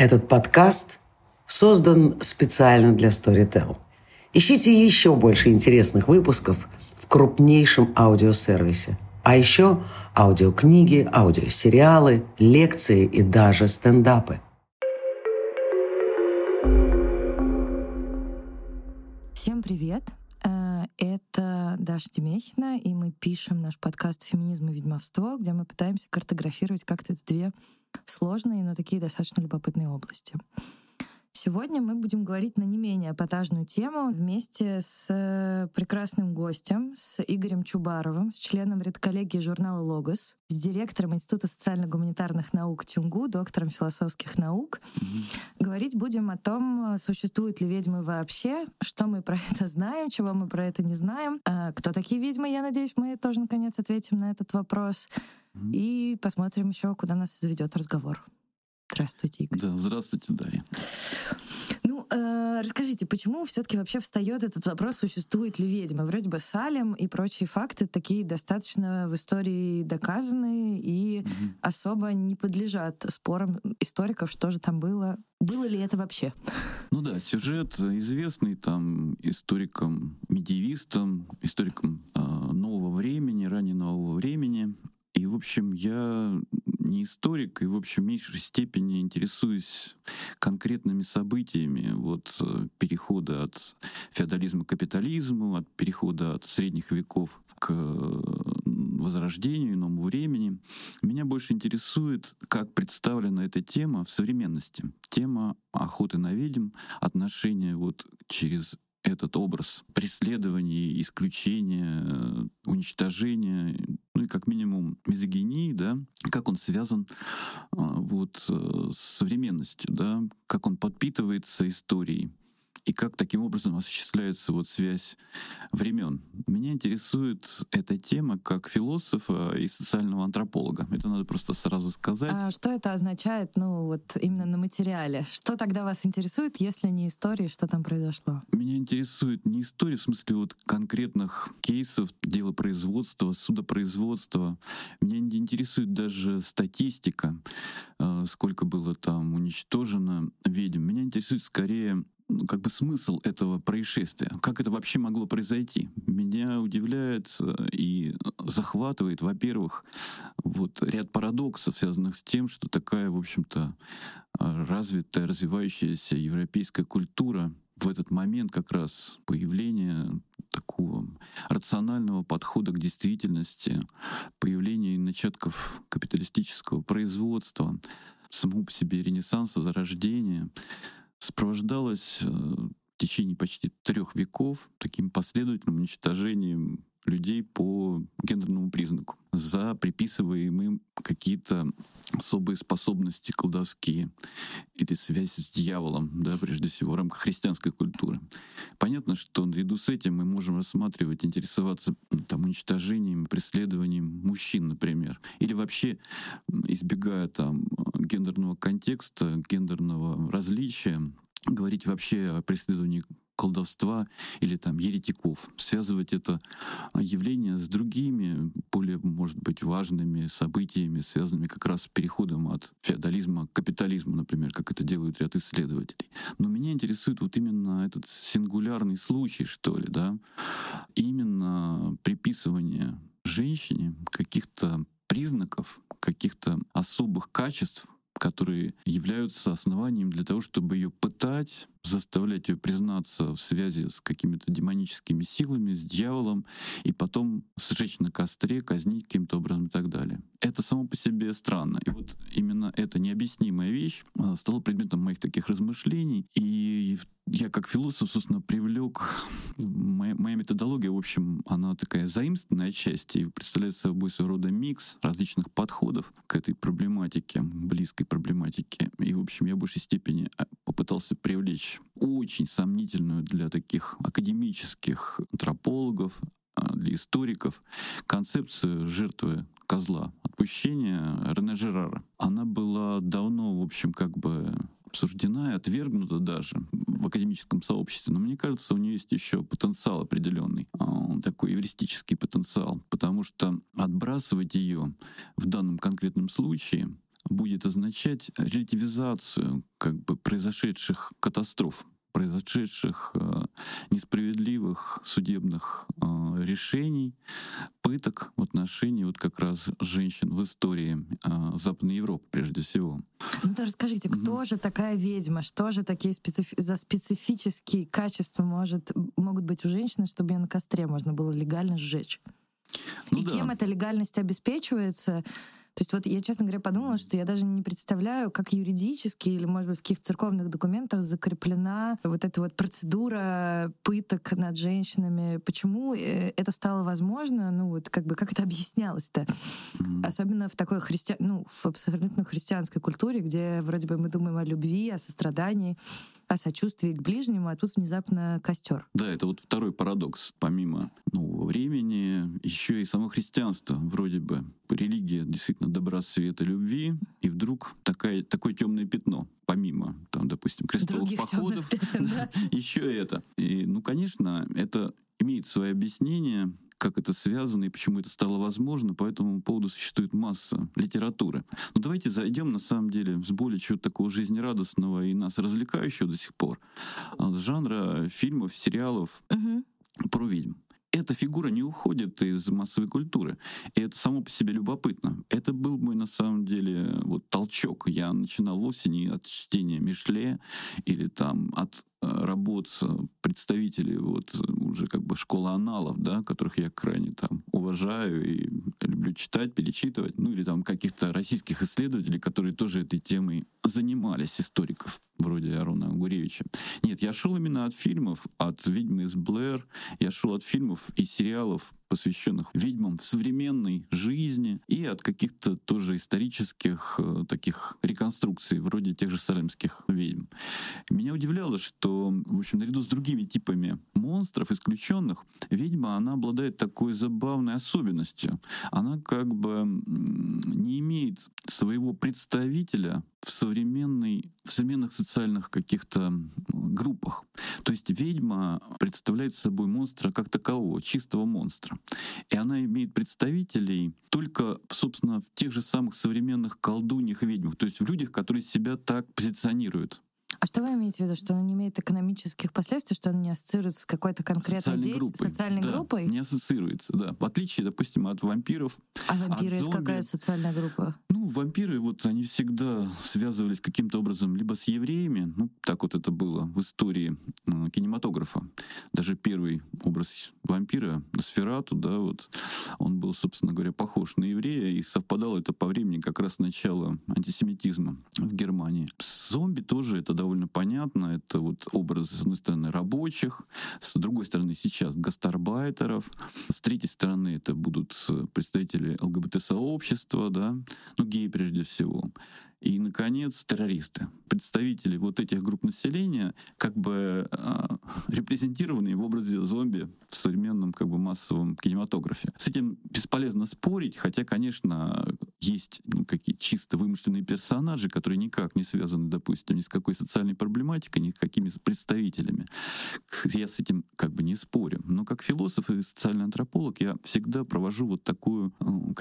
Этот подкаст создан специально для Storytel. Ищите еще больше интересных выпусков в крупнейшем аудиосервисе. А еще аудиокниги, аудиосериалы, лекции и даже стендапы. Всем привет! Это Даша Демехина, и мы пишем наш подкаст «Феминизм и ведьмовство», где мы пытаемся картографировать как-то эти две сложные, но такие достаточно любопытные области. Сегодня мы будем говорить на не менее эпатажную тему вместе с прекрасным гостем, с Игорем Чубаровым, с членом редколлегии журнала «Логос», с директором Института социально-гуманитарных наук ТЮМГУ, доктором философских наук. Говорить будем о том, существуют ли ведьмы вообще, что мы про это знаем, чего мы про это не знаем. Кто такие ведьмы, я надеюсь, мы тоже наконец ответим на этот вопрос. И посмотрим еще, куда нас заведет разговор. Здравствуйте, Игорь. Да, здравствуйте, Дарья. Расскажите, почему все-таки вообще встает этот вопрос, существует ли ведьма? Вроде бы Салем и прочие факты такие достаточно в истории доказаны и особо не подлежат спорам историков, что же там было. Было ли это вообще? Ну да, сюжет известный там историкам-медиевистам, историкам нового времени, ранее нового времени. И, в общем, я не историк, и, в общем, в меньшей степени интересуюсь конкретными событиями перехода от феодализма к капитализму, от перехода от средних веков к возрождению, новому времени. Меня больше интересует, как представлена эта тема в современности. Тема охоты на ведьм, отношения через этот образ преследования, исключения, уничтожения, и как минимум мизогинии, да, как он связан с современностью, да, как он подпитывается историей и как таким образом осуществляется связь времен. Меня интересует эта тема как философа и социального антрополога. Это надо просто сразу сказать. А что это означает, именно на материале? Что тогда вас интересует, если не история, что там произошло? Меня интересует не история в смысле конкретных кейсов, делопроизводства, судопроизводства. Меня не интересует даже статистика, сколько было там уничтожено ведьм. Меня интересует скорее смысл этого происшествия. Как это вообще могло произойти? Меня удивляет и захватывает, во-первых, ряд парадоксов, связанных с тем, что такая, в общем-то, развитая, развивающаяся европейская культура в этот момент как раз появления такого рационального подхода к действительности, появления начатков капиталистического производства, самого по себе ренессанса, зарождения, сопровождалось в течение почти 3 веков таким последовательным уничтожением людей по гендерному признаку за приписываемые им какие-то особые способности колдовские или связь с дьяволом, да, прежде всего, в рамках христианской культуры. Понятно, что наряду с этим мы можем рассматривать, интересоваться уничтожением, преследованием мужчин, например, или вообще, избегая гендерного контекста, гендерного различия, говорить вообще о преследовании колдовства или еретиков, связывать это явление с другими, более, может быть, важными событиями, связанными как раз с переходом от феодализма к капитализму, например, как это делают ряд исследователей. Но меня интересует именно этот сингулярный случай, что ли, да, именно приписывание женщине каких-то признаков, каких-то особых качеств, которые являются основанием для того, чтобы ее пытать, заставлять ее признаться в связи с какими-то демоническими силами, с дьяволом, и потом сжечь на костре, казнить каким-то образом и так далее. Это само по себе странно. И именно эта необъяснимая вещь стала предметом моих таких размышлений. И я как философ, собственно, привлек... Моя методология, в общем, она такая заимствованная отчасти и представляет собой своего рода микс различных подходов к этой проблематике, близкой проблематике. И, в общем, я в большей степени попытался привлечь очень сомнительную для таких академических антропологов, для историков концепцию жертвы козла отпущения Рене Жерара. Она была давно, в общем, обсуждена и отвергнута даже в академическом сообществе. Но мне кажется, у нее есть еще потенциал определенный, такой эвристический потенциал, потому что отбрасывать ее в данном конкретном случае будет означать релятивизацию как бы произошедших катастроф, произошедших несправедливых судебных решений, пыток в отношении вот как раз женщин в истории Западной Европы прежде всего. Ну то расскажите, кто же такая ведьма? Что же такие за специфические качества могут быть у женщины, чтобы ее на костре можно было легально сжечь? Ну, и кем эта легальность обеспечивается? То есть вот я, честно говоря, подумала, что я даже не представляю, как юридически или, может быть, в каких церковных документах закреплена вот эта вот процедура пыток над женщинами. Почему это стало возможно? Ну вот как бы как это объяснялось-то? Особенно в такой в абсолютно христианской культуре, где вроде бы мы думаем о любви, о сострадании, о сочувствии к ближнему, а тут внезапно костер. Да, это вот второй парадокс. Помимо нового времени, еще и само христианство, вроде бы религия действительно добра, света, любви, и вдруг такое темное пятно, помимо, там, допустим, крестовых других походов, пятен, да? еще это. И, конечно, это имеет свое объяснение, как это связано и почему это стало возможно. По этому поводу существует масса литературы. Но давайте зайдем, на самом деле, с более чего-то такого жизнерадостного и нас развлекающего до сих пор жанра фильмов, сериалов про ведьм. Эта фигура не уходит из массовой культуры. И это само по себе любопытно. Это был мой, на самом деле, вот толчок. Я начинал вовсе не от чтения Мишле или там от работ представителей вот уже как бы школы аналов, да, которых я крайне там уважаю и люблю читать, перечитывать, ну или там каких-то российских исследователей, которые тоже этой темой занимались, историков вроде Арона Гуревича. Нет, я шел именно от фильмов, от «Ведьмы из Блэр», я шел от фильмов и сериалов, посвященных ведьмам в современной жизни, и от каких-то тоже исторических таких реконструкций, вроде тех же салемских ведьм. Меня удивляло, что, в общем, наряду с другими типами монстров, исключенных, ведьма, она обладает такой забавной особенностью. Она как бы не имеет своего представителя в современных социальных каких-то группах. То есть ведьма представляет собой монстра как такового, чистого монстра. И она имеет представителей только, собственно, в тех же самых современных колдуньях-ведьмах, то есть в людях, которые себя так позиционируют. А что вы имеете в виду, что она не имеет экономических последствий, что она не ассоциируется с какой-то конкретной социальной группой? Не ассоциируется, да. В отличие, допустим, от вампиров. А вампиры — это какая социальная группа? Ну, вампиры, вот они всегда связывались каким-то образом либо с евреями, ну, так вот это было в истории кинематографа. Даже первый образ вампира, Носферату, да, вот, он был, собственно говоря, похож на еврея, и совпадало это по времени как раз начала антисемитизма в Германии. С зомби тоже это довольно понятно. Это вот образы, с одной стороны, рабочих, с другой стороны, сейчас гастарбайтеров, с третьей стороны, это будут представители ЛГБТ-сообщества, да, ну, геи прежде всего. И, наконец, террористы. Представители вот этих групп населения как бы репрезентированы в образе зомби в современном как бы массовом кинематографе. С этим бесполезно спорить, хотя, конечно, есть какие чисто вымышленные персонажи, которые никак не связаны, допустим, ни с какой социальной проблематикой, ни с какими представителями. Я с этим как бы не спорю. Но как философ и социальный антрополог я всегда провожу вот такую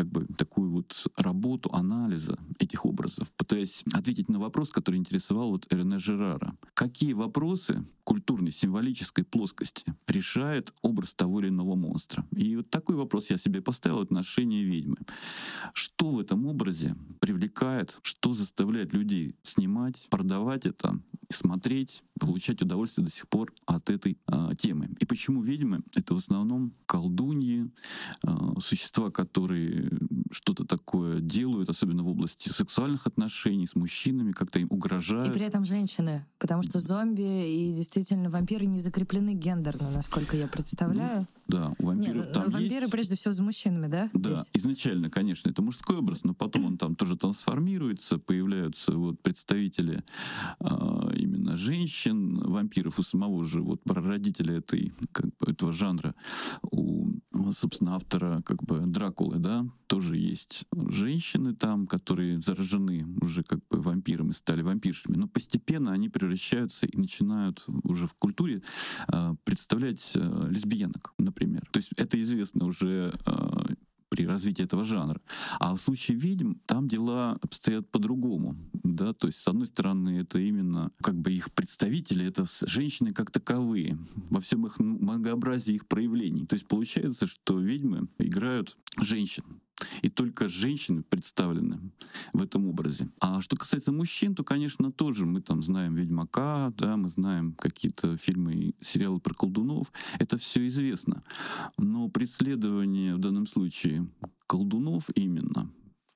вот работу анализа этих образов, пытаясь ответить на вопрос, который интересовал вот Рене Жерара. Какие вопросы культурной, символической плоскости решает образ того или иного монстра? И вот такой вопрос я себе поставил в отношении ведьмы. Что в этом образе привлекает, что заставляет людей снимать, продавать это, смотреть, получать удовольствие до сих пор от этой темы? И почему ведьмы — это в основном колдуньи, существа, которые что-то такое делают, особенно в области сексуальных отношений с мужчинами, как-то им угрожают. И при этом женщины, потому что зомби и действительно вампиры не закреплены гендерно, насколько я представляю. Ну, да, у вампиров там вампиры есть... прежде всего за мужчинами, да? Да, здесь? изначально, конечно, это мужской образ, но потом он там тоже трансформируется, появляются вот представители именно женщин, вампиров, у самого же вот прародителя этого жанра, у, собственно, автора как бы Дракулы, да, тоже есть женщины там, которые заражены уже как бы вампирами, стали вампиршами, но постепенно они превращаются и начинают уже в культуре представлять лесбиянок, например. То есть это известно уже при развитии этого жанра. А в случае ведьм там дела обстоят по-другому. Да? То есть, с одной стороны, это именно как бы их представители, это женщины как таковые, во всем их многообразии их проявлений. То есть получается, что ведьмы играют женщин. И только женщины представлены в этом образе. А что касается мужчин, то, конечно, тоже мы там знаем «Ведьмака», да, мы знаем какие-то фильмы и сериалы про колдунов. Это все известно. Но преследование в данном случае колдунов именно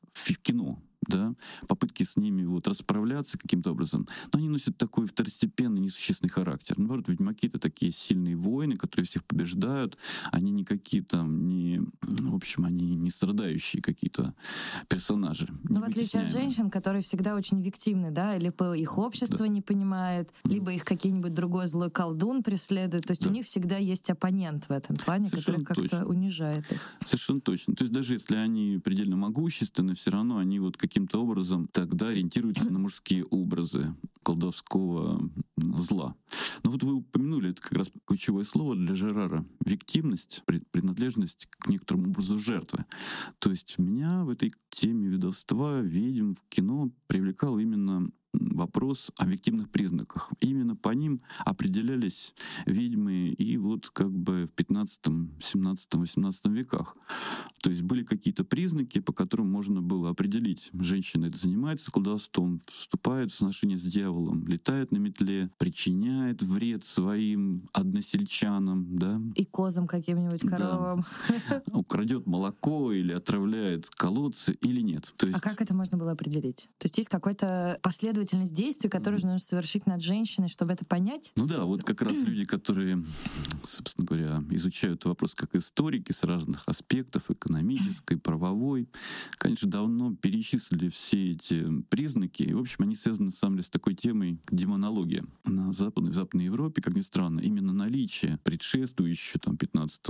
в кино, да, попытки с ними вот расправляться каким-то образом, но они носят такой второстепенный, несущественный характер. Наоборот, ведьмаки — это такие сильные воины, которые всех побеждают, они никакие там не, в общем, они не страдающие какие-то персонажи. Ну, в отличие от женщин, которые всегда очень виктимны, да, либо их общество не понимает, либо их какой-нибудь другой злой колдун преследует, то есть у них всегда есть оппонент в этом плане, который как-то унижает их. Совершенно точно. То есть даже если они предельно могущественны, все равно они вот каким-то образом тогда ориентируются на мужские образы колдовского зла. Но вот вы упомянули, это как раз ключевое слово для Жерара — виктимность, принадлежность к некоторому образу жертвы. То есть меня в этой теме ведовства, ведьм в кино привлекал именно вопрос о виктимных признаках. Именно по ним определялись ведьмы и вот как бы в 15, 17, 18 веках. То есть были какие-то признаки, по которым можно было определить, женщина это занимается колдовством, вступает в сношение с дьяволом, летает на метле, причиняет вред своим односельчанам, да? И козам каким-нибудь, коровам. Да. Украдет молоко или отравляет колодцы или нет. То есть... А как это можно было определить? То есть есть какой-то последовательность действий, которые нужно совершить над женщиной, чтобы это понять? Ну да, вот как раз люди, которые, собственно говоря, изучают вопрос как историки с разных аспектов, экономической, правовой, конечно, давно перечислили все эти признаки. И, в общем, они связаны, на самом деле, с такой темой демонология. В Западной Европе, как ни странно, именно наличие предшествующей там,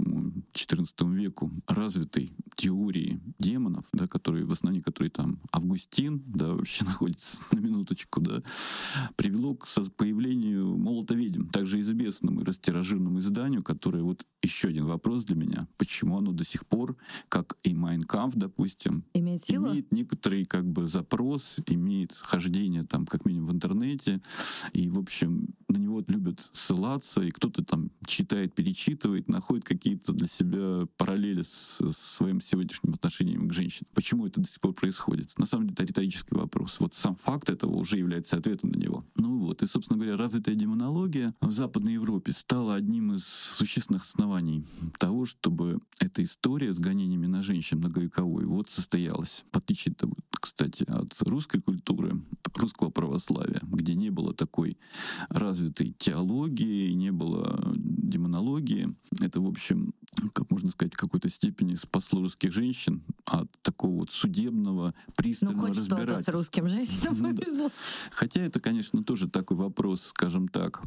15-14 веку развитой теории демонов, да, которые, в основании которой там Августин, да, вообще находится на минуточку, да, привело к появлению «Молота ведьм», также известному и растиражированному изданию, которое вот еще один вопрос для меня, почему оно до сих пор, как и «Майн кампф», допустим, имеет силу? Имеет некоторый как бы запрос, имеет хождение там как минимум в интернете, и, в общем, на него любят ссылаться, и кто-то там читает, перечитывает, находит какие-то для себя параллели с своим сегодняшним отношением к женщинам. Почему это до сих пор происходит? На самом деле это риторический вопрос. Вот сам факт этого уже является ответом на него. Ну вот, и, собственно говоря, развитая демонология в Западной Европе стала одним из существенных оснований того, чтобы эта история с гонениями на женщин многовековой вот состоялась. В отличие, кстати, от русской культуры, русского православия, где не было такой развитой теологии, не было демонологии. Это, в общем, как можно сказать, в какой-то степени спасло русских женщин от такого вот судебного, пристального разбирательства. Ну, хоть что-то с русским женщинам повезло. Хотя это, конечно, тоже такой вопрос, скажем так,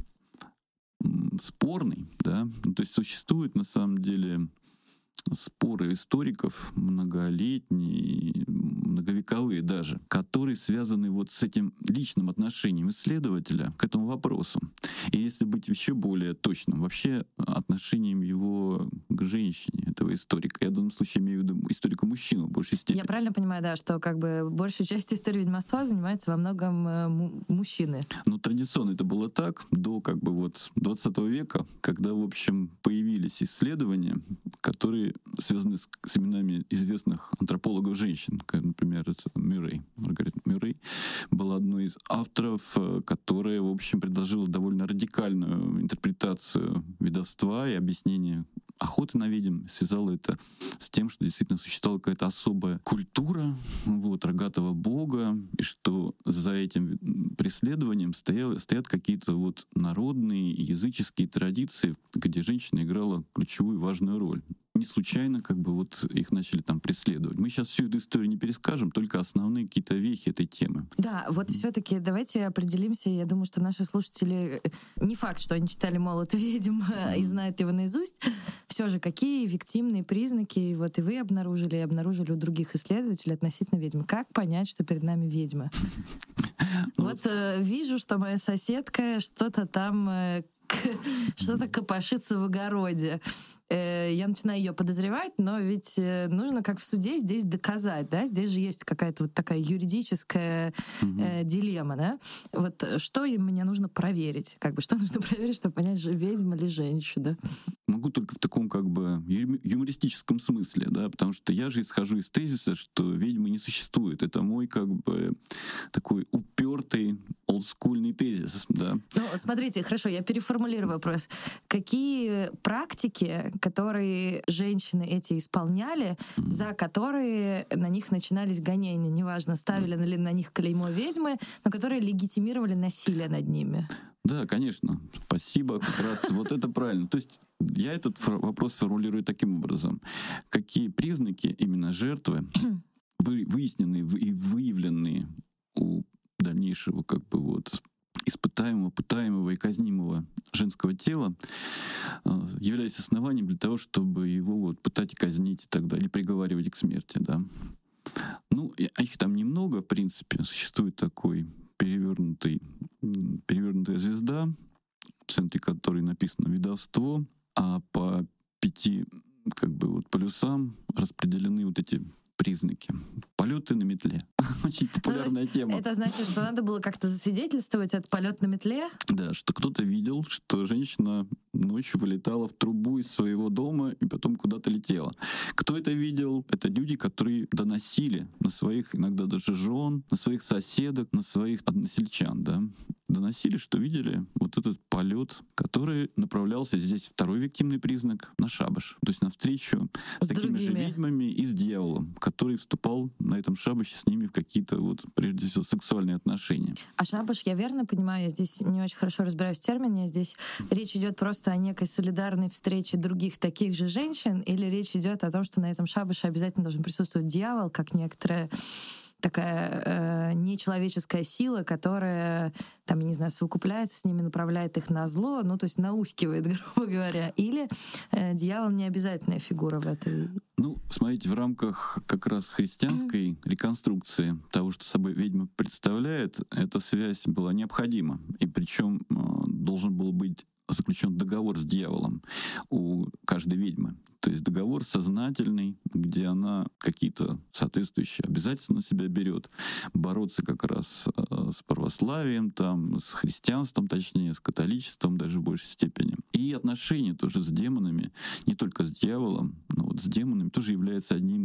спорный, да. То есть существует, на самом деле, споры историков многолетние, многовековые даже, которые связаны вот с этим личным отношением исследователя к этому вопросу. И если быть еще более точным, вообще отношением его к женщине, этого историка. Я в данном случае имею в виду историка-мужчину в большей степени. Я правильно понимаю, да, что как бы большую часть истории ведьмовства занимаются во многом мужчины? Ну, традиционно это было так, до как бы вот 20 века, когда, в общем, появились исследования, которые связаны с именами известных антропологов женщин. Например, это Мюррей. Маргарет Мюррей была одной из авторов, которая, в общем, предложила довольно радикальную интерпретацию ведовства и объяснение охоты на ведьм, связала это с тем, что действительно существовала какая-то особая культура вот, рогатого бога, и что за этим преследованием стоят какие-то вот народные и языческие традиции, где женщина играла ключевую важную роль. Не случайно как бы вот их начали там преследовать. Мы сейчас всю эту историю не перескажем, только основные какие-то вехи этой темы. Да, вот все-таки давайте определимся. Я думаю, что наши слушатели, не факт, что они читали «Молот ведьм» и знают его наизусть. Все же, какие виктимные признаки вот и вы обнаружили у других исследователей относительно ведьмы? Как понять, что перед нами ведьма? Вот вижу, что моя соседка что-то там, что-то копошится в огороде. я начинаю ее подозревать, но ведь нужно, как в суде, здесь доказать, да? Здесь же есть какая-то вот такая юридическая дилемма, да? Вот что мне нужно проверить? Как бы, что нужно проверить, чтобы понять, ведьма или женщина? Могу только в таком как бы юмористическом смысле, да, потому что я же исхожу из тезиса, что ведьмы не существует. Это мой как бы такой упертый олдскульный тезис, да. Ну, смотрите, хорошо, я переформулирую вопрос. Какие практики, которые женщины эти исполняли, за которые на них начинались гонения, неважно, ставили ли на них клеймо ведьмы, но которые легитимировали насилие над ними? Да, конечно. Спасибо. Как раз вот это правильно. То есть я этот вопрос формулирую таким образом. Какие признаки именно жертвы, выясненные и выявленные у дальнейшего как бы вот испытаемого, пытаемого и казнимого женского тела, являлись основанием для того, чтобы его вот пытать и казнить и так далее, или приговаривать к смерти, да. Ну, их там немного, в принципе. Существует такой перевернутая звезда, в центре которой написано «Ведовство», а по 5 как бы вот полюсам распределены вот эти признаки. Полеты на метле. Очень популярная тема. Это значит, что надо было как-то засвидетельствовать этот полет на метле? Да, что кто-то видел, что женщина ночью вылетала в трубу из своего дома и потом куда-то летела. Кто это видел? Это люди, которые доносили на своих, иногда даже жен, на своих соседок, на своих односельчан, да. Доносили, что видели вот этот полет, который направлялся, здесь второй виктимный признак, на шабаш. То есть навстречу с такими же ведьмами и с дьяволом, который вступал на этом шабаше с ними в какие-то, вот, прежде всего, сексуальные отношения. А шабаш, я верно понимаю, я здесь не очень хорошо разбираюсь в термине, здесь речь идет просто о некой солидарной встрече других таких же женщин, или речь идет о том, что на этом шабаше обязательно должен присутствовать дьявол, как некоторая такая нечеловеческая сила, которая, там, я не знаю, совокупляется с ними, направляет их на зло, ну, то есть наускивает, грубо говоря. Или дьявол не обязательная фигура в этой... Ну, смотрите, в рамках как раз христианской реконструкции того, что собой ведьма представляет, эта связь была необходима. И причем должен был быть заключен договор с дьяволом у каждой ведьмы. То есть договор сознательный, где она какие-то соответствующие обязательства на себя берет, бороться как раз с православием, там, с христианством, точнее, с католичеством даже в большей степени. И отношения тоже с демонами, не только с дьяволом, но вот с демонами тоже является одним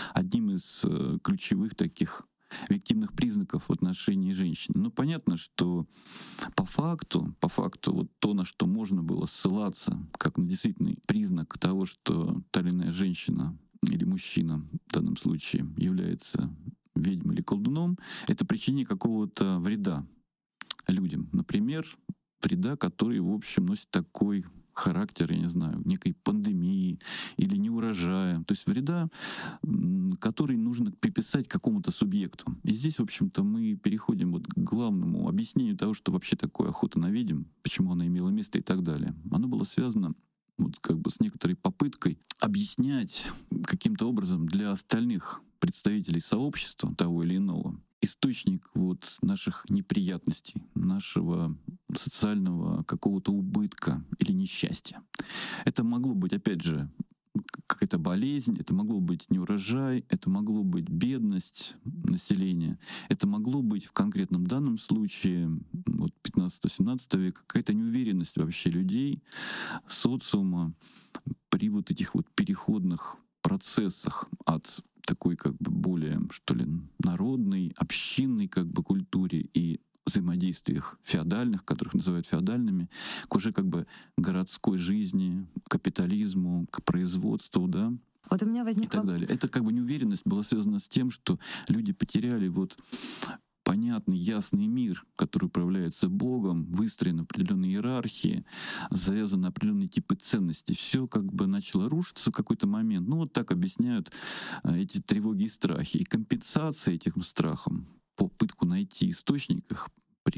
из ключевых таких виктимных признаков в отношении женщин. Ну, понятно, что по факту, вот то, на что можно было ссылаться, как на действительный признак того, что та или иная женщина или мужчина в данном случае является ведьмой или колдуном, это причинение какого-то вреда людям. Например, вреда, который, в общем, носит такой характер, я не знаю, некой пандемии или неурожая. То есть вреда, который нужно приписать какому-то субъекту. И здесь, в общем-то, мы переходим вот к главному объяснению того, что вообще такое охота на ведьм, почему она имела место и так далее. Оно было связано вот как бы с некоторой попыткой объяснять каким-то образом для остальных представителей сообщества того или иного источник вот наших неприятностей, нашего социального какого-то убытка или несчастья. Это могло быть, опять же, какая-то болезнь, это могло быть неурожай, это могло быть бедность населения, это могло быть в конкретном данном случае, вот 15-17 века, какая-то неуверенность вообще людей, социума при вот этих вот переходных процессах от такой как бы более, что ли, народной, общинной как бы культуре и взаимодействиях феодальных, которых называют феодальными, к уже как бы городской жизни, капитализму, к производству, да, вот у меня возникла... и так далее. Это как бы неуверенность была связана с тем, что люди потеряли вот понятный, ясный мир, который управляется Богом, выстроен определенной иерархии, завязаны определенные типы ценностей. Все как бы начало рушиться в какой-то момент. Ну вот так объясняют эти тревоги и страхи. И компенсация этим страхам, попытку найти источник их,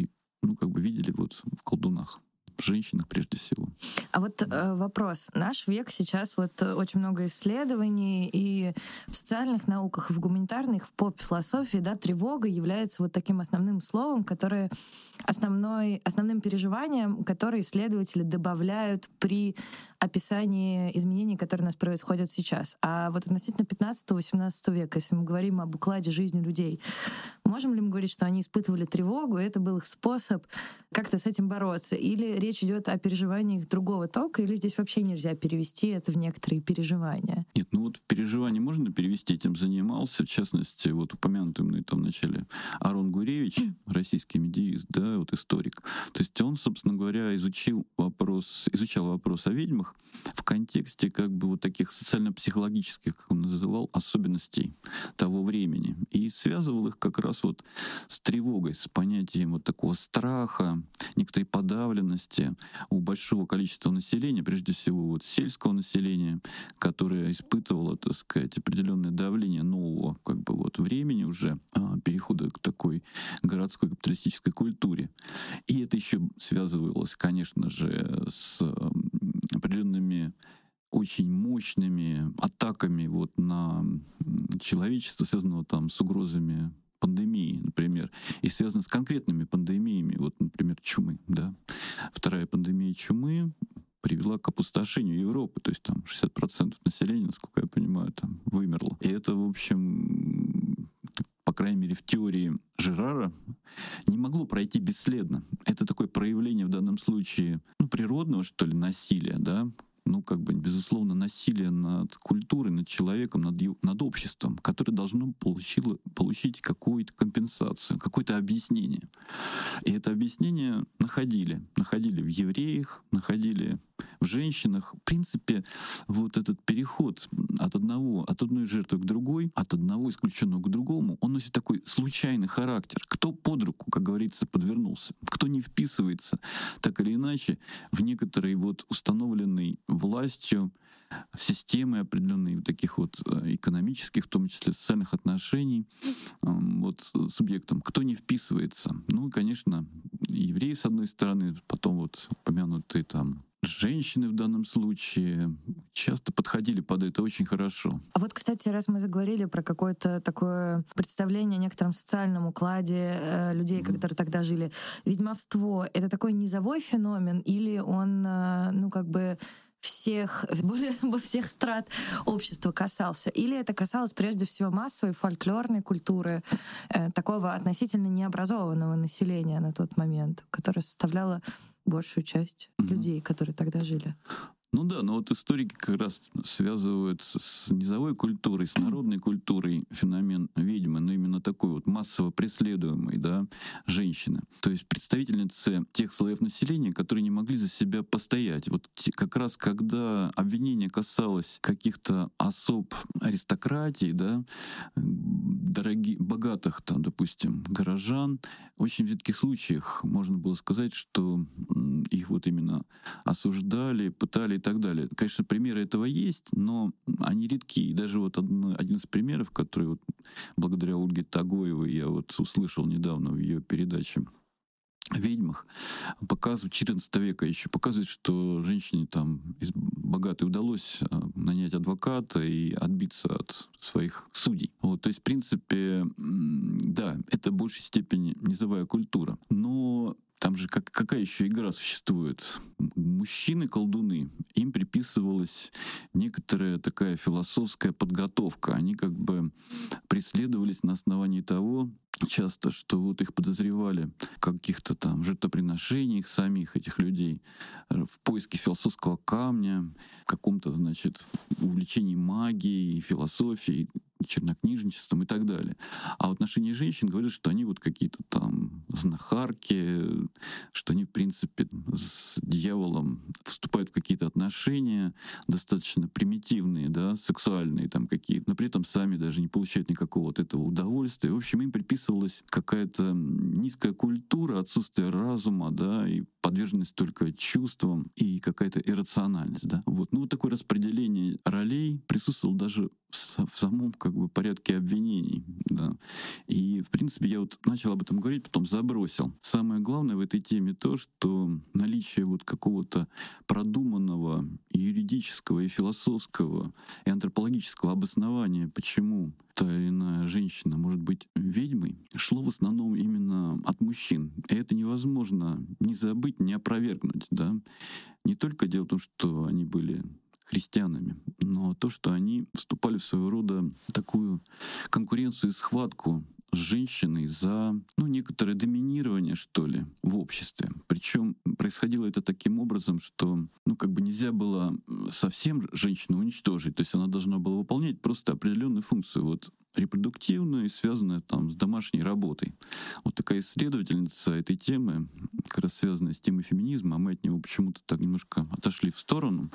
как бы видели вот в колдунах. В женщинах прежде всего. А вот вопрос. Наш век сейчас вот очень много исследований и в социальных науках, и в гуманитарных, в поп-философии, да, тревога является вот таким основным словом, которое основным переживанием, которое исследователи добавляют при описании изменений, которые у нас происходят сейчас. А вот относительно 15-18 века, если мы говорим об укладе жизни людей, можем ли мы говорить, что они испытывали тревогу, и это был их способ как-то с этим бороться? Или речь идет о переживаниях другого толка, или здесь вообще нельзя перевести это в некоторые переживания? Нет, ну вот в переживания можно перевести, этим занимался, в частности, вот упомянутый мной там в начале Арон Гуревич, российский медиист, да, вот историк. То есть он, собственно говоря, изучал вопрос о ведьмах в контексте как бы вот таких социально-психологических, как он называл, особенностей того времени. И связывал их как раз вот с тревогой, с понятием вот такого страха, некоторой подавленности у большого количества населения, прежде всего вот сельского населения, которое испытывало, так сказать, определенное давление нового как бы вот времени уже, перехода к такой городской капиталистической культуре. И это еще связывалось, конечно же, с определенными очень мощными атаками вот на человечество, связанного там с угрозами пандемии, например, и связано с конкретными пандемиями, вот, например, чумы, да. Вторая пандемия чумы привела к опустошению Европы, то есть там 60% населения, насколько я понимаю, там вымерло. И это, в общем, по крайней мере, в теории Жерара не могло пройти бесследно. Это такое проявление в данном случае природного, что ли, насилия, да, как бы, безусловно, насилие над культурой, над человеком, над обществом, которое должно получить какую-то компенсацию, какое-то объяснение. И это объяснение находили в евреях, находили в женщинах. В принципе, вот этот переход от одной жертвы к другой, от одного исключенного к другому, он носит такой случайный характер. Кто под руку, как говорится, подвернулся, кто не вписывается так или иначе в некоторый вот установленный властью системы определенной таких вот экономических, в том числе социальных отношений вот субъектом, кто не вписывается. Ну и, конечно, евреи, с одной стороны, потом вот упомянутые там женщины в данном случае часто подходили под это очень хорошо. А вот, кстати, раз мы заговорили про какое-то такое представление о некотором социальном укладе людей, которые тогда жили, ведьмовство — это такой низовой феномен или он, во всех страт общества касался? Или это касалось прежде всего массовой фольклорной культуры такого относительно необразованного населения на тот момент, которое составляло большую часть людей, которые тогда жили? Ну да, но вот историки как раз связывают с низовой культурой, с народной культурой феномен ведьмы, но именно такой вот массово преследуемой, да, женщины. То есть представительницы тех слоев населения, которые не могли за себя постоять. Вот как раз когда обвинение касалось каких-то особ аристократии, да, богатых, там, допустим, горожан, очень в редких случаях можно было сказать, что их вот именно осуждали, пытали и так далее. Конечно, примеры этого есть, но они редки. И даже вот один из примеров, который вот благодаря Ольге Тагоевой я вот услышал недавно в ее передаче о ведьмах, показывает, 14 века еще, показывает, что женщине там богатой удалось нанять адвоката и отбиться от своих судей. Вот, то есть, в принципе, да, это в большей степени низовая культура. Но там же какая еще игра существует? Мужчины-колдуны, им приписывалась некоторая такая философская подготовка. Они как бы преследовались на основании того, часто, что вот их подозревали в каких-то там жертвоприношениях самих этих людей, в поиске философского камня, в каком-то, значит, увлечении магией, философией, чернокнижничеством и так далее. А в отношении женщин говорят, что они вот какие-то там знахарки, что они, в принципе, с дьяволом вступают в какие-то отношения достаточно примитивные, да, сексуальные там какие-то, но при этом сами даже не получают никакого вот этого удовольствия. В общем, им приписывалась какая-то низкая культура, отсутствие разума, да, и подверженность только чувствам и какая-то иррациональность, да. Вот. Ну, вот такое распределение ролей присутствовало даже в самом как бы порядке обвинений, да. И, в принципе, я вот начал об этом говорить, потом забросил. Самое главное в этой теме то, что наличие вот какого-то продуманного юридического и философского и антропологического обоснования, почему та или иная женщина может быть ведьмой, шло в основном именно от мужчин. И это невозможно ни забыть, ни опровергнуть. Да? Не только дело в том, что они были христианами, но то, что они вступали в своего рода такую конкуренцию и схватку с женщиной за некоторое доминирование, что ли, в обществе. Причем происходило это таким образом, что нельзя было совсем женщину уничтожить. То есть она должна была выполнять просто определенную функцию, репродуктивную, связанную с домашней работой. Вот такая исследовательница этой темы, как раз связанная с темой феминизма, а мы от него почему-то так немножко отошли в сторону.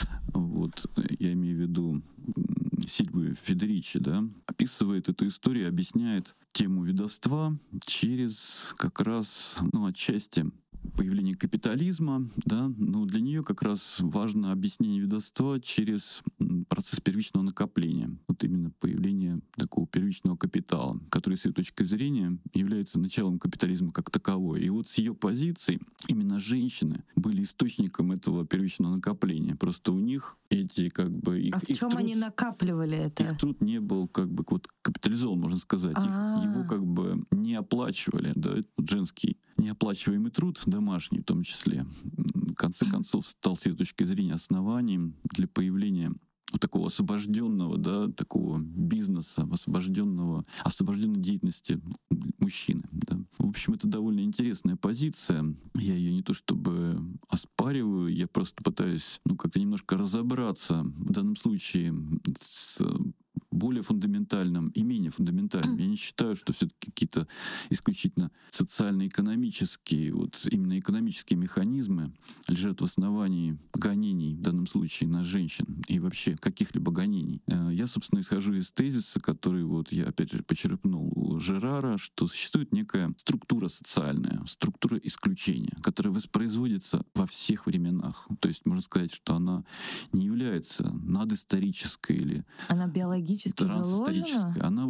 Я имею в виду Сильвию Федеричи, описывает эту историю, объясняет тему ведовства через как раз, отчасти появление капитализма, но для нее как раз важно объяснение ведовства через процесс первичного накопления. Именно появление такого первичного капитала, который, с ее точки зрения, является началом капитализма как таковой. И с ее позиции именно женщины были источником этого первичного накопления. Просто у них эти в чем они накапливали это? Их труд не был капитализован, можно сказать. Его не оплачивали. Это женский неоплачиваемый труд, домашний в том числе, в конце концов стал с ее точки зрения основанием для появления такого освобожденного, такого бизнеса, освобожденной деятельности мужчины. Да. В общем, это довольно интересная позиция. Я ее не то чтобы оспариваю, я просто пытаюсь как-то немножко разобраться в данном случае с более фундаментальным и менее фундаментальным. Я не считаю, что все-таки какие-то исключительно социально-экономические, именно экономические механизмы лежат в основании гонений, в данном случае, на женщин и вообще каких-либо гонений. Я, собственно, исхожу из тезиса, который я, опять же, почерпнул у Жерара, что существует некая структура социальная, структура исключения, которая воспроизводится во всех временах. То есть можно сказать, что она не является надисторической или она биологически заложена? Она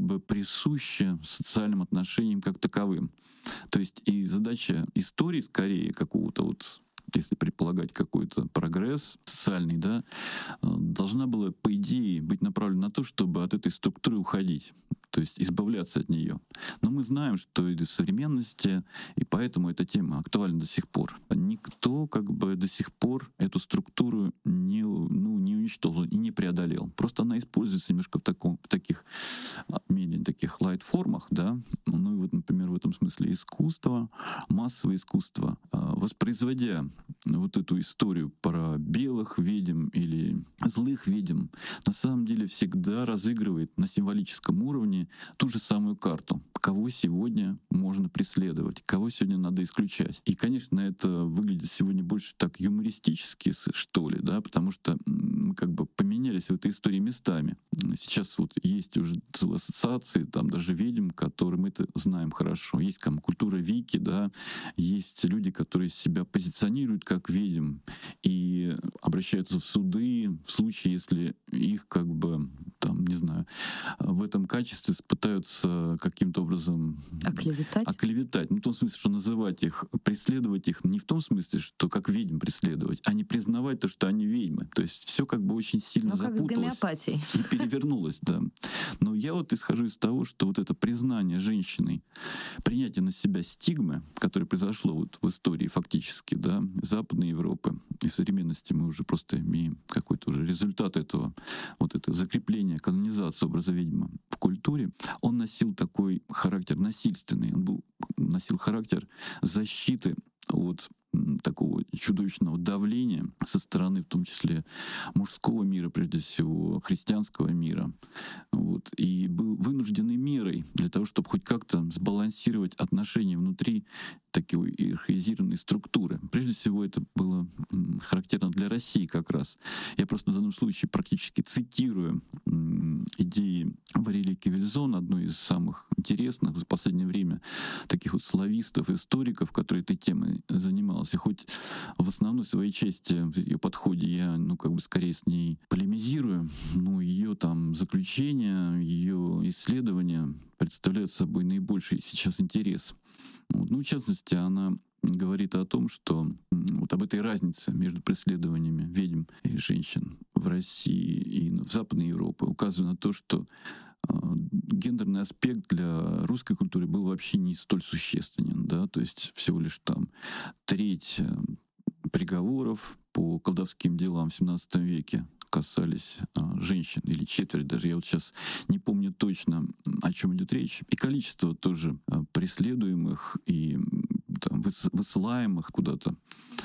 присуща социальным отношениям как таковым. То есть и задача истории скорее какого-то если предполагать какой-то прогресс социальный, должна была, по идее, быть направлена на то, чтобы от этой структуры уходить, то есть избавляться от нее. Но мы знаем, что и в современности, и поэтому эта тема актуальна до сих пор. Никто до сих пор эту структуру не уничтожил и не преодолел. Просто она используется немножко в таких менее таких лайт-формах, например, в этом смысле искусство, массовое искусство, воспроизводя эту историю про белых ведьм или злых ведьм, на самом деле всегда разыгрывает на символическом уровне ту же самую карту. Кого сегодня можно преследовать, кого сегодня надо исключать. И, конечно, это выглядит сегодня больше так юмористически, что ли, потому что мы поменялись в этой истории местами. Сейчас есть уже целые ассоциации, даже ведьм, которые мы это знаем хорошо. Есть культура Вики, есть люди, которые себя позиционируют как ведьм и обращаются в суды в случае, если их в этом качестве пытаются каким-то образом оклеветать. В том смысле, что называть их, преследовать их не в том смысле, что как ведьм преследовать, а не признавать то, что они ведьмы. То есть все очень сильно запуталось. Как с гомеопатией. И перевернулось, Но я исхожу из того, что это признание женщиной, принятие на себя стигмы, которое произошло в истории фактически, Западной Европы, и в современности мы уже просто имеем какой-то уже результат этого, это закрепление, канонизация образа ведьмы в культуре, он носил такой характер насильственный, носил характер защиты от такого чудовищного давления со стороны, в том числе, мужского мира, прежде всего, христианского мира. И был вынужденной мерой для того, чтобы хоть как-то сбалансировать отношения внутри такой иерархизированной структуры. Прежде всего, это было характерно для России как раз. Я просто в данном случае практически цитирую идеи Валерии Кивельзон, одной из самых интересных за последнее время таких славистов, историков, которые этой темой занималась. И хоть в основной своей части, в ее подходе я, скорее с ней полемизирую, но ее заключения, ее исследования представляют собой наибольший сейчас интерес. В частности, она говорит о том, что об этой разнице между преследованиями ведьм и женщин в России и в Западной Европе указывает на то, что гендерный аспект для русской культуры был вообще не столь существенен, да, то есть всего лишь там треть приговоров по колдовским делам в XVII веке касались женщин, или четверть даже, я вот сейчас не помню точно, о чем идет речь. И количество тоже преследуемых и там, высылаемых куда-то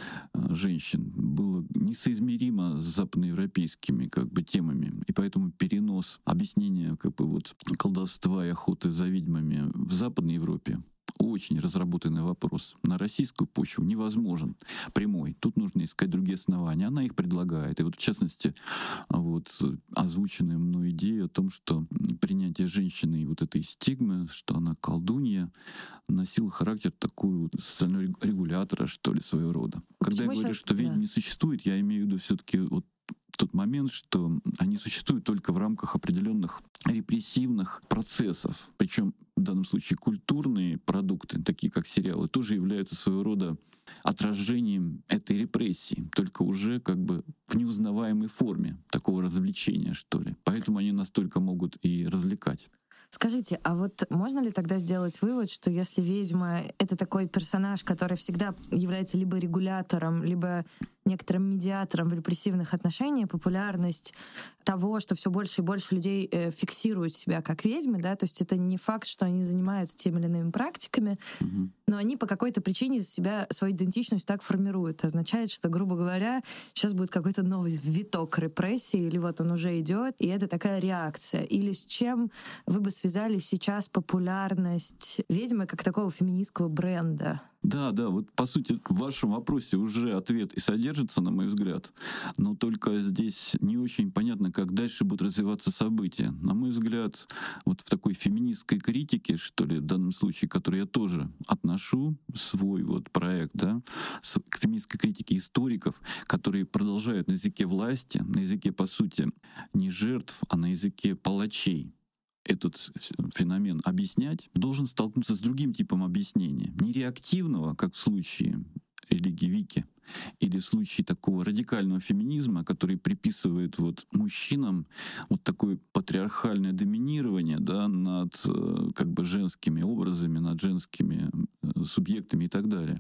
женщин было несоизмеримо с западноевропейскими как бы темами. И поэтому перенос объяснения как бы вот колдовства и охоты за ведьмами в Западной Европе очень разработанный вопрос. На российскую почву невозможен прямой. Тут нужно искать другие основания. Она их предлагает. И вот в частности вот озвученная мной идея о том, что принятие женщины и вот этой стигмы, что она колдунья, носило характер такой вот социального регулятора, что ли, своего рода. Когда я говорю, что ведьм не существует, я имею в виду все-таки вот тот момент, что они существуют только в рамках определенных репрессивных процессов. Причем в данном случае культурные продукты, такие как сериалы, тоже являются своего рода отражением этой репрессии, только уже как бы в неузнаваемой форме такого развлечения, что ли. Поэтому они настолько могут и развлекать. Скажите, а вот можно ли тогда сделать вывод, что если ведьма — это такой персонаж, который всегда является либо регулятором, либо некоторым медиатором в репрессивных отношениях, популярность того, что все больше и больше людей фиксируют себя как ведьмы, да, то есть это не факт, что они занимаются теми или иными практиками, но они по какой-то причине себя, свою идентичность так формируют. Означает, что, грубо говоря, сейчас будет какой-то новый виток репрессий, или вот он уже идет, и это такая реакция. Или с чем вы бы связали сейчас популярность ведьмы как такого феминистского бренда? Да, вот по сути в вашем вопросе уже ответ и содержится, на мой взгляд, но только здесь не очень понятно, как дальше будут развиваться события. На мой взгляд, вот в такой феминистской критике, что ли, в данном случае, к которой я тоже отношу свой вот проект, да, к феминистской критике историков, которые продолжают на языке власти, на языке, по сути, не жертв, а на языке палачей этот феномен объяснять, должен столкнуться с другим типом объяснения. Не реактивного, как в случае религии Вики, или в случае такого радикального феминизма, который приписывает вот мужчинам вот такое патриархальное доминирование, да, над как бы женскими образами, над женскими субъектами и так далее.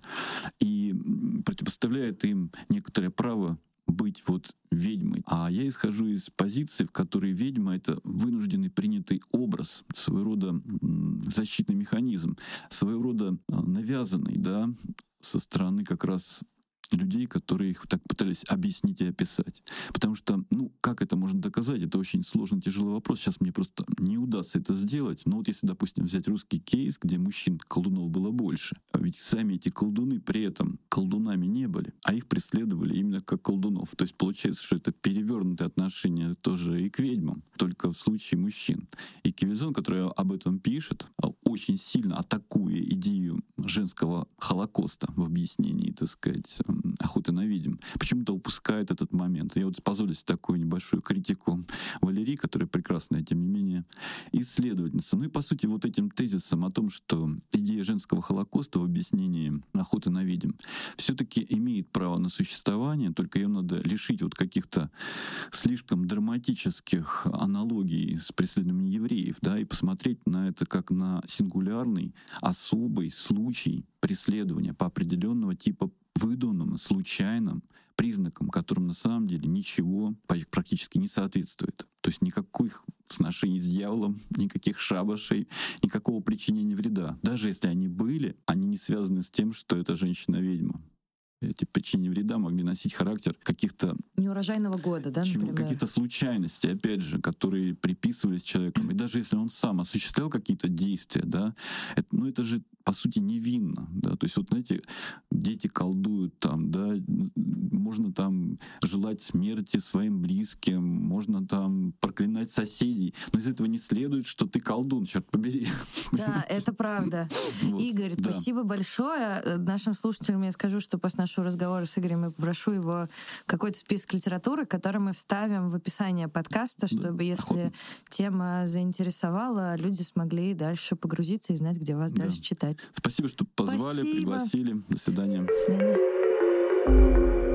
И противопоставляет им некоторое право быть вот ведьмой. А я исхожу из позиции, в которой ведьма — это вынужденный принятый образ, своего рода защитный механизм, своего рода навязанный, да, со стороны как раз людей, которые их так пытались объяснить и описать. Потому что, как это можно доказать, это очень сложный, тяжелый вопрос. Сейчас мне просто не удастся это сделать. Но вот если, допустим, взять русский кейс, где мужчин-колдунов было больше, а ведь сами эти колдуны при этом колдунами не были, а их преследовали именно как колдунов. То есть получается, что это перевернутое отношение тоже и к ведьмам, только в случае мужчин. И Кивизон, который об этом пишет, очень сильно атакуя идею женского холокоста в объяснении, так сказать, охоты на ведьм, почему-то упускает этот момент. Я вот позволю себе такую небольшую критику Валерии, которая прекрасная, тем не менее, исследовательница. И по сути вот этим тезисом о том, что идея женского холокоста в объяснении охоты на ведьм все-таки имеет право на существование, только ее надо лишить вот каких-то слишком драматических аналогий с преследованием евреев, да, и посмотреть на это как на сингулярный, особый случай преследования по определенного типа выдуманным, случайным признакам, которым на самом деле ничего практически не соответствует. То есть никаких сношений с дьяволом, никаких шабашей, никакого причинения вреда. Даже если они были, они не связаны с тем, что это женщина-ведьма. Эти причинения вреда могли носить характер каких-то... неурожайного года, да, например? Каких-то случайностей, опять же, которые приписывались человеку. И даже если он сам осуществлял какие-то действия, да, это же, по сути, невинно. Да? То есть, вот, знаете, дети колдуют там, да, можно там желать смерти своим близким, можно там проклинать соседей, но из этого не следует, что ты колдун, черт побери. Да, это правда. Игорь, спасибо большое. Нашим слушателям я скажу, что после нашего разговора с Игорем я попрошу его какой-то список литературы, который мы вставим в описание подкаста, чтобы, если тема заинтересовала, люди смогли дальше погрузиться и знать, где вас дальше читать. Спасибо, что позвали, пригласили. До свидания. До свидания.